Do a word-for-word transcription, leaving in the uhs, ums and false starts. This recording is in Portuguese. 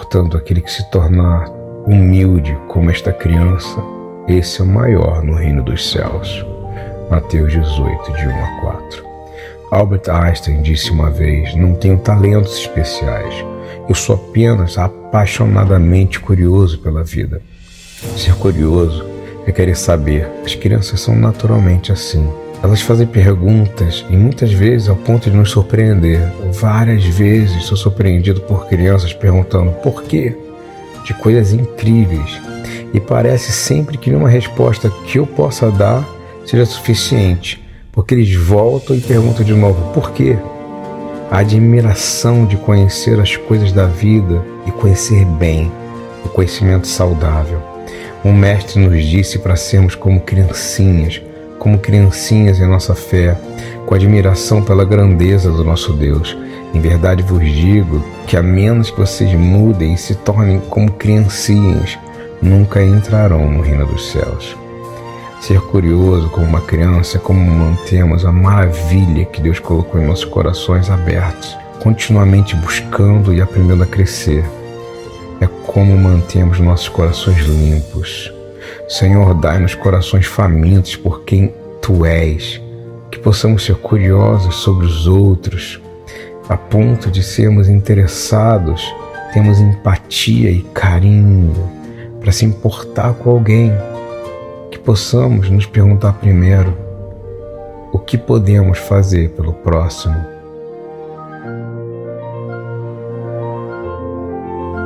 Portanto, aquele que se tornar humilde como esta criança, esse é o maior no reino dos céus. Mateus dezoito, de um a quatro. Albert Einstein disse uma vez: não tenho talentos especiais, eu sou apenas apaixonadamente curioso pela vida. Ser curioso é querer saber. As crianças são naturalmente assim. Elas fazem perguntas e muitas vezes ao ponto de nos surpreender. Várias vezes sou surpreendido por crianças perguntando por quê, de coisas incríveis. E parece sempre que nenhuma resposta que eu possa dar seja suficiente, porque eles voltam e perguntam de novo por quê. A admiração de conhecer as coisas da vida e conhecer bem, o conhecimento saudável. Um mestre nos disse para sermos como criancinhas, como criancinhas em nossa fé, com admiração pela grandeza do nosso Deus. Em verdade vos digo que a menos que vocês mudem e se tornem como criancinhas, nunca entrarão no reino dos céus. Ser curioso como uma criança é como mantemos a maravilha que Deus colocou em nossos corações abertos, continuamente buscando e aprendendo a crescer. É como mantemos nossos corações limpos. Senhor, dai-nos corações famintos por quem Tu és, que possamos ser curiosos sobre os outros, a ponto de sermos interessados, temos empatia e carinho para se importar com alguém, que possamos nos perguntar primeiro o que podemos fazer pelo próximo